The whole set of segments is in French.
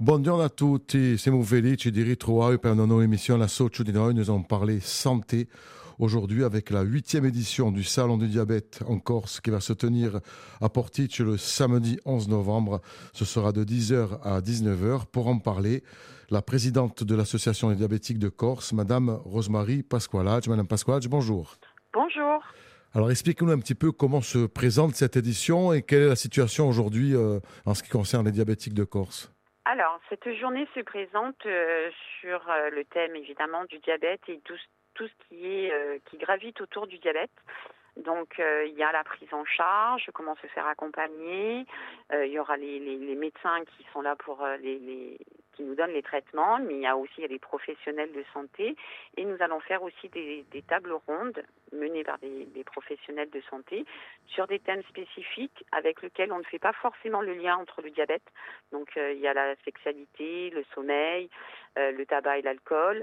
Buongiorno a tutti, siamo felici di ritrovare per una nuova émission La Socio di Noi. Nous allons parler santé aujourd'hui avec la 8e édition du Salon du diabète en Corse qui va se tenir à Portici le samedi 11 novembre. Ce sera de 10h à 19h. Pour en parler, la présidente de l'Association des diabétiques de Corse, Madame Rosemary Pasqualage. Madame Pasqualage, bonjour. Bonjour. Alors expliquez-nous un petit peu comment se présente cette édition et quelle est la situation aujourd'hui en ce qui concerne les diabétiques de Corse. Alors, cette journée se présente sur le thème évidemment du diabète et tout ce qui gravite autour du diabète. Donc, il y a la prise en charge, comment se faire accompagner. Il y aura les médecins qui sont là pour qui nous donnent les traitements, mais il y a aussi les professionnels de santé. Et nous allons faire aussi des tables rondes menées par des professionnels de santé sur des thèmes spécifiques avec lesquels on ne fait pas forcément le lien entre le diabète. Donc, il y a la sexualité, le sommeil, le tabac et l'alcool.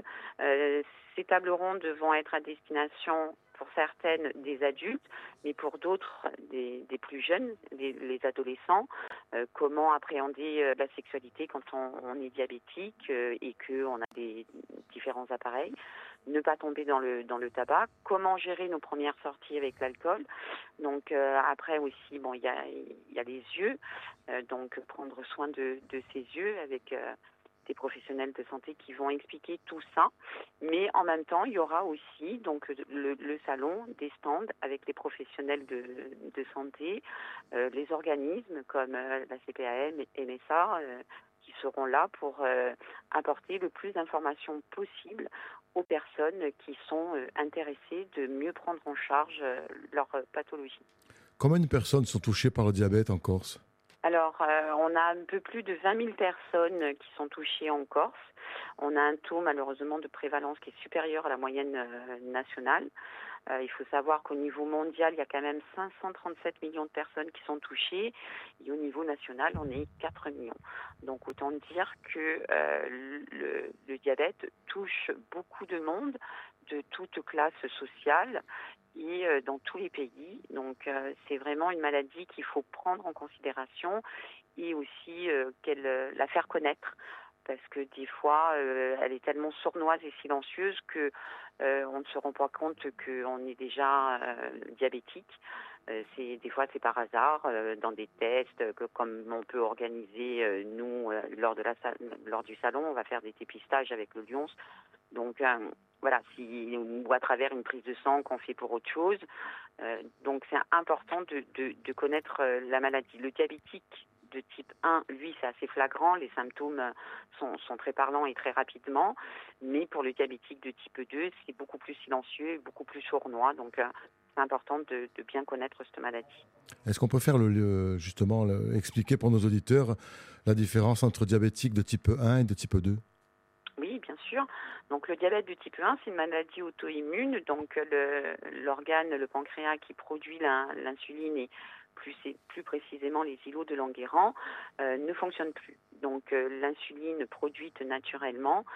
Ces tables rondes vont être à destination pour certaines des adultes, mais pour d'autres des plus jeunes, les adolescents, comment appréhender la sexualité quand on est diabétique et qu'on a des différents appareils, ne pas tomber dans le tabac, comment gérer nos premières sorties avec l'alcool. Donc après aussi, bon, il y a les yeux, donc prendre soin de ses yeux avec des professionnels de santé qui vont expliquer tout ça. Mais en même temps, il y aura aussi donc le salon, des stands avec les professionnels de santé, les organismes comme la CPAM et MSA qui seront là pour apporter le plus d'informations possible aux personnes qui sont intéressées de mieux prendre en charge leur pathologie. Combien de personnes sont touchées par le diabète en Corse ? Alors, on a un peu plus de 20 000 personnes qui sont touchées en Corse. On a un taux, malheureusement, de prévalence qui est supérieur à la moyenne nationale. Il faut savoir qu'au niveau mondial, il y a quand même 537 millions de personnes qui sont touchées. Et au niveau national, on est 4 millions. Donc, autant dire que le diabète touche beaucoup de monde, de toute classe sociale et dans tous les pays. Donc, c'est vraiment une maladie qu'il faut prendre en considération et aussi la faire connaître. Parce que des fois, elle est tellement sournoise et silencieuse que on ne se rend pas compte qu'on est déjà diabétique. Des fois, c'est par hasard, dans des tests, comme on peut organiser, nous, lors du salon, on va faire des dépistages avec le Lyons. Donc, voilà, ou à travers une prise de sang qu'on fait pour autre chose. Donc, c'est important de connaître la maladie. Le diabétique de type 1, lui, c'est assez flagrant. Les symptômes sont très parlants et très rapidement. Mais pour le diabétique de type 2, c'est beaucoup plus silencieux, beaucoup plus sournois. Donc, c'est important de bien connaître cette maladie. Est-ce qu'on peut faire expliquer pour nos auditeurs la différence entre diabétique de type 1 et de type 2 ? Oui, bien sûr. Donc le diabète de type 1, c'est une maladie auto-immune. Donc l'organe, le pancréas qui produit l'insuline et plus précisément les îlots de Langerhans ne fonctionnent plus. Donc l'insuline produite naturellement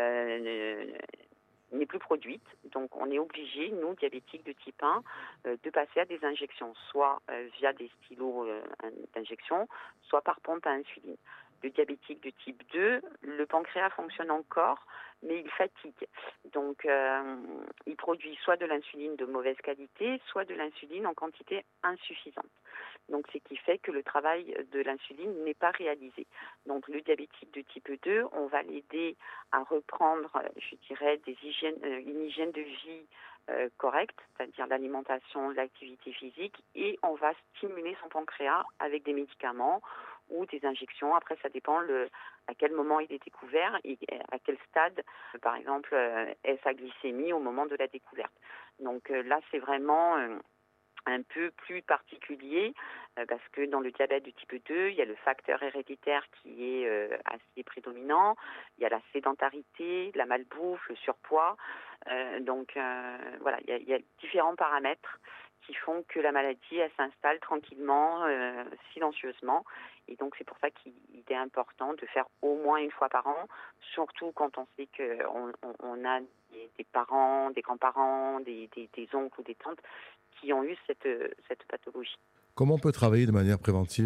n'est plus produite. Donc on est obligé, nous, diabétiques de type 1, de passer à des injections, soit via des stylos d'injection, soit par pompe à insuline. Le diabétique de type 2, le pancréas fonctionne encore, mais il fatigue. Donc, il produit soit de l'insuline de mauvaise qualité, soit de l'insuline en quantité insuffisante. Donc, ce qui fait que le travail de l'insuline n'est pas réalisé. Donc, le diabétique de type 2, on va l'aider à reprendre, je dirais, une hygiène de vie correcte, c'est-à-dire l'alimentation, l'activité physique, et on va stimuler son pancréas avec des médicaments ou des injections. Après, ça dépend à quel moment il est découvert et à quel stade, par exemple, est sa glycémie au moment de la découverte. Donc là, c'est vraiment un peu plus particulier parce que dans le diabète de type 2, il y a le facteur héréditaire qui est assez prédominant, il y a la sédentarité, la malbouffe, le surpoids. Donc voilà, il y a différents paramètres qui font que la maladie, elle s'installe tranquillement, silencieusement. Et donc, c'est pour ça qu'il est important de faire au moins une fois par an, surtout quand on sait qu'on a des parents, des grands-parents, des oncles ou des tantes qui ont eu cette pathologie. Comment on peut travailler de manière préventive ?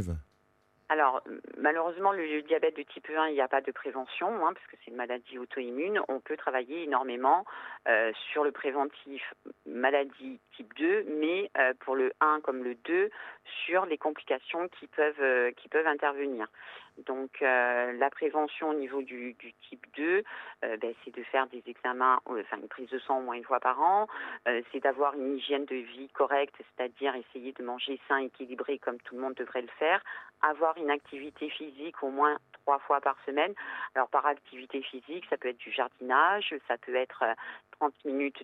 Alors, malheureusement, le diabète de type 1, il n'y a pas de prévention, parce que c'est une maladie auto-immune. On peut travailler énormément sur le préventif maladie type 2, mais pour le 1 comme le 2, sur les complications qui peuvent intervenir. Donc, la prévention au niveau du type 2, c'est de faire des examens, une prise de sang au moins une fois par an, c'est d'avoir une hygiène de vie correcte, c'est-à-dire essayer de manger sain, équilibré, comme tout le monde devrait le faire, avoir une activité physique au moins 3 fois par semaine. Alors par activité physique, ça peut être du jardinage, ça peut être 30 minutes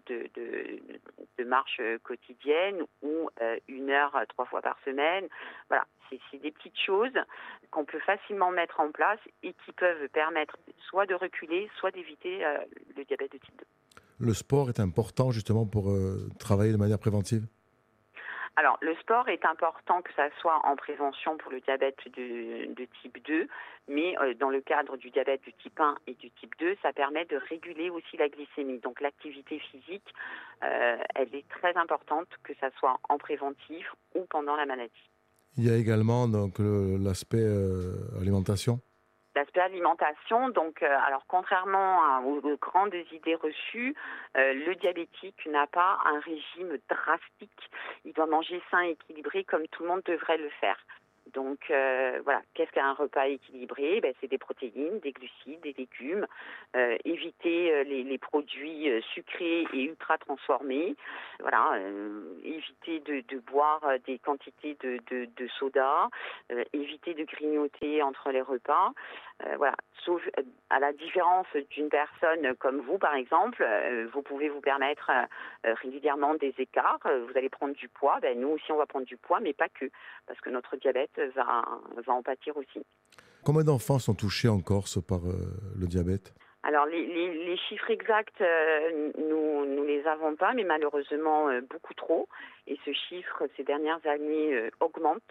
de marche quotidienne ou 1 heure 3 fois par semaine. Voilà, c'est des petites choses qu'on peut facilement mettre en place et qui peuvent permettre soit de reculer, soit d'éviter le diabète de type 2. Le sport est important justement pour travailler de manière préventive? Alors, le sport est important que ça soit en prévention pour le diabète de type 2, mais dans le cadre du diabète du type 1 et du type 2, ça permet de réguler aussi la glycémie. Donc, l'activité physique, elle est très importante, que ça soit en préventif ou pendant la maladie. Il y a également donc l'aspect alimentation. L'aspect alimentation, donc, alors contrairement aux grandes idées reçues, le diabétique n'a pas un régime drastique. Il doit manger sain et équilibré comme tout le monde devrait le faire. Donc voilà, qu'est-ce qu'un repas équilibré? C'est des protéines, des glucides, des légumes, éviter les produits sucrés et ultra transformés, voilà, éviter de boire des quantités de soda, éviter de grignoter entre les repas, voilà. Sauf à la différence d'une personne comme vous, par exemple, vous pouvez vous permettre régulièrement des écarts, vous allez prendre du poids, nous aussi on va prendre du poids, mais pas que, parce que notre diabète va en pâtir aussi. Combien d'enfants sont touchés en Corse par le diabète? Alors les chiffres exacts, nous les avons pas, mais malheureusement beaucoup trop. Et ce chiffre, ces dernières années, augmente.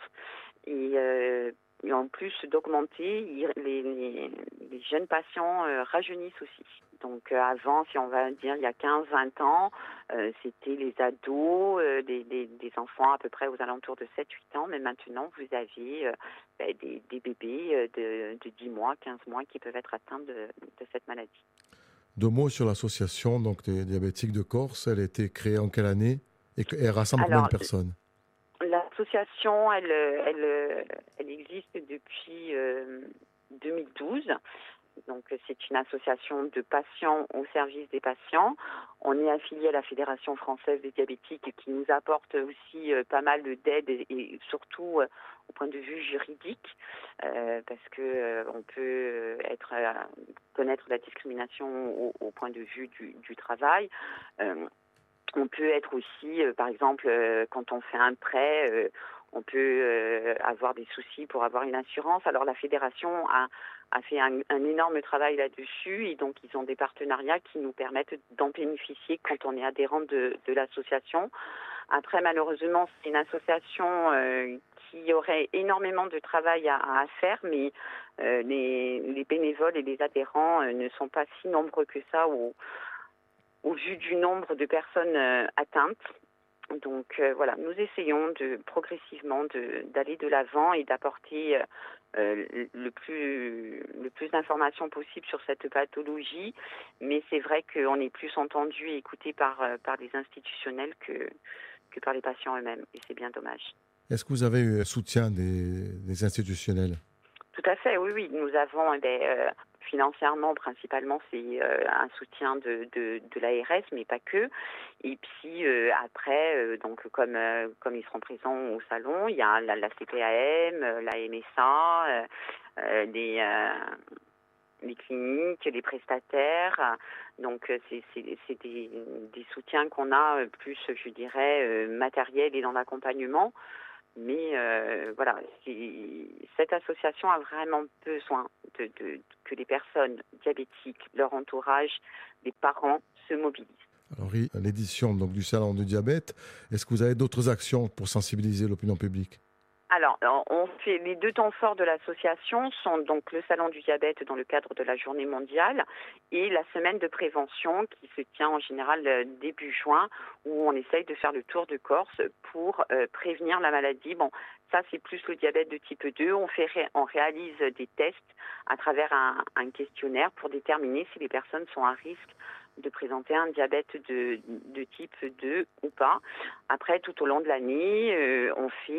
Et en plus d'augmenter, les jeunes patients rajeunissent aussi. Donc avant, si on va dire il y a 15-20 ans, c'était les ados, des enfants à peu près aux alentours de 7-8 ans, mais maintenant vous avez des bébés de 10 mois, 15 mois qui peuvent être atteints de cette maladie. 2 mots sur l'association donc, des diabétiques de Corse. Elle a été créée en quelle année et elle rassemble combien de personnes? L'association, elle existe depuis 2012. Donc, c'est une association de patients au service des patients. On est affilié à la Fédération française des diabétiques qui nous apporte aussi pas mal d'aide et surtout au point de vue juridique, parce que on peut connaître la discrimination au point de vue du travail. On peut être aussi, par exemple, quand on fait un prêt, on peut avoir des soucis pour avoir une assurance. Alors la fédération a fait un énorme travail là-dessus et donc ils ont des partenariats qui nous permettent d'en bénéficier quand on est adhérent de l'association. Après, malheureusement, c'est une association qui aurait énormément de travail à faire, mais les bénévoles et les adhérents ne sont pas si nombreux que ça au vu du nombre de personnes atteintes. Donc voilà, nous essayons progressivement d'aller de l'avant et d'apporter le plus d'informations possible sur cette pathologie. Mais c'est vrai qu'on est plus entendu et écouté par les institutionnels que par les patients eux-mêmes. Et c'est bien dommage. Est-ce que vous avez eu un soutien des institutionnels? Tout à fait, oui. Nous avons financièrement, principalement, c'est un soutien de l'ARS, mais pas que. Et puis après, donc comme ils seront présents au salon, il y a la CPAM, la MSA, les cliniques, les prestataires. Donc c'est des soutiens qu'on a plus, je dirais, matériels et dans l'accompagnement. Mais voilà, cette association a vraiment besoin que les personnes diabétiques, leur entourage, les parents se mobilisent. Alors, l'édition donc, du Salon du diabète, est-ce que vous avez d'autres actions pour sensibiliser l'opinion publique? Alors, on fait les 2 temps forts de l'association sont donc le salon du diabète dans le cadre de la journée mondiale et la semaine de prévention qui se tient en général début juin où on essaye de faire le tour de Corse pour prévenir la maladie. Bon, ça c'est plus le diabète de type 2. On réalise des tests à travers un questionnaire pour déterminer si les personnes sont à risque de présenter un diabète de type 2 ou pas. Après, tout au long de l'année,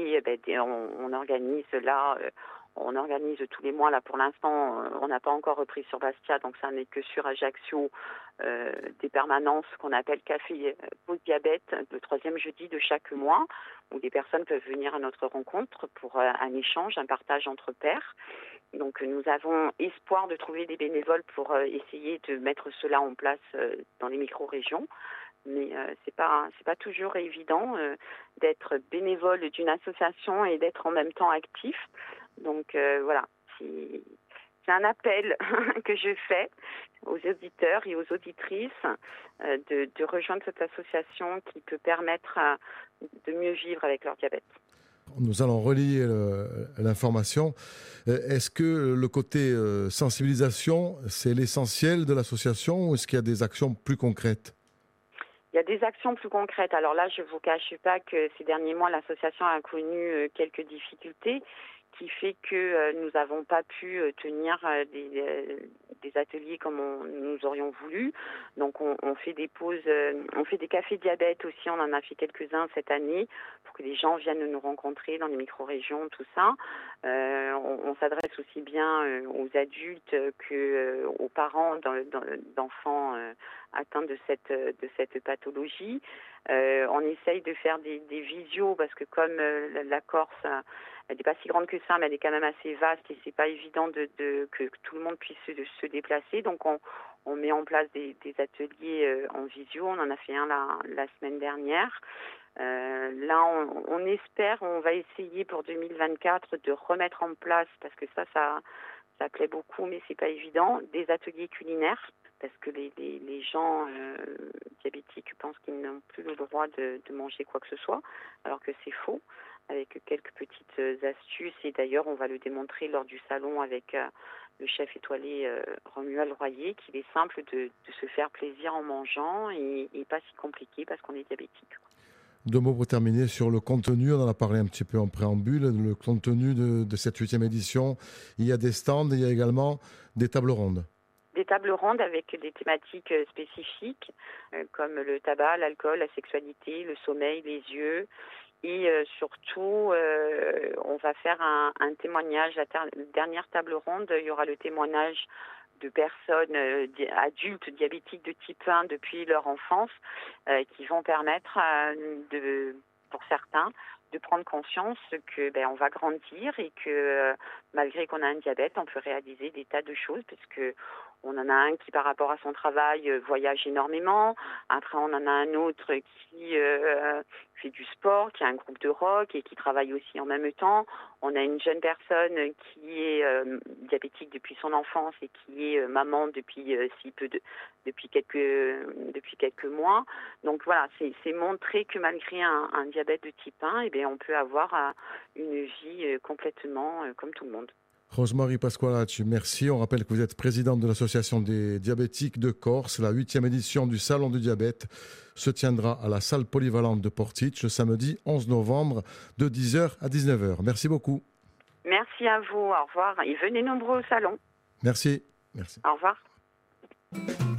on organise là, on organise tous les mois. Là, pour l'instant, on n'a pas encore repris sur Bastia, donc ça n'est que sur Ajaccio, des permanences qu'on appelle café pause diabète, le 3e jeudi de chaque mois, où des personnes peuvent venir à notre rencontre pour un échange, un partage entre pairs. Donc nous avons espoir de trouver des bénévoles pour essayer de mettre cela en place dans les micro-régions. Mais c'est pas toujours évident d'être bénévole d'une association et d'être en même temps actif. Donc voilà, c'est un appel que je fais aux auditeurs et aux auditrices de rejoindre cette association qui peut permettre de mieux vivre avec leur diabète. Nous allons relier l'information. Est-ce que le côté sensibilisation, c'est l'essentiel de l'association ou est-ce qu'il y a des actions plus concrètes ? Il y a des actions plus concrètes. Alors là, je ne vous cache pas que ces derniers mois, l'association a connu quelques difficultés qui fait que nous n'avons pas pu tenir des ateliers comme nous aurions voulu. Donc on fait des pauses, on fait des cafés diabète aussi, on en a fait quelques-uns cette année pour que les gens viennent nous rencontrer dans les micro-régions, tout ça. On s'adresse aussi bien aux adultes qu'aux parents d'enfants atteints de cette pathologie. On essaye de faire des visios parce que comme la Corse, elle n'est pas si grande que ça, mais elle est quand même assez vaste et c'est pas évident que tout le monde puisse se déplacer. Donc on met en place des ateliers en visio. On en a fait un la semaine dernière. Là, on espère, on va essayer pour 2024 de remettre en place, parce que ça plaît beaucoup, mais c'est pas évident, des ateliers culinaires. Parce que les gens diabétiques pensent qu'ils n'ont plus le droit de manger quoi que ce soit, alors que c'est faux, avec quelques petites astuces. Et d'ailleurs, on va le démontrer lors du salon avec le chef étoilé Romuald Royer, qu'il est simple de se faire plaisir en mangeant et pas si compliqué parce qu'on est diabétique. 2 mots pour terminer sur le contenu. On en a parlé un petit peu en préambule. Le contenu de cette 8e édition, il y a des stands, il y a également des tables rondes. Des tables rondes avec des thématiques spécifiques comme le tabac, l'alcool, la sexualité, le sommeil, les yeux. Et surtout, on va faire un témoignage. La dernière table ronde, il y aura le témoignage de personnes adultes diabétiques de type 1 depuis leur enfance qui vont permettre pour certains de prendre conscience que on va grandir et que malgré qu'on a un diabète, on peut réaliser des tas de choses parce que on en a un qui, par rapport à son travail, voyage énormément. Après, on en a un autre qui fait du sport, qui a un groupe de rock et qui travaille aussi en même temps. On a une jeune personne qui est diabétique depuis son enfance et qui est maman depuis quelques mois. Donc voilà, c'est montrer que malgré un diabète de type 1, on peut avoir une vie complètement comme tout le monde. Rosemarie Pasqualacci, merci. On rappelle que vous êtes présidente de l'Association des diabétiques de Corse. La 8e édition du Salon du diabète se tiendra à la salle polyvalente de Portici le samedi 11 novembre de 10h à 19h. Merci beaucoup. Merci à vous. Au revoir. Et venez nombreux au salon. Merci. Au revoir.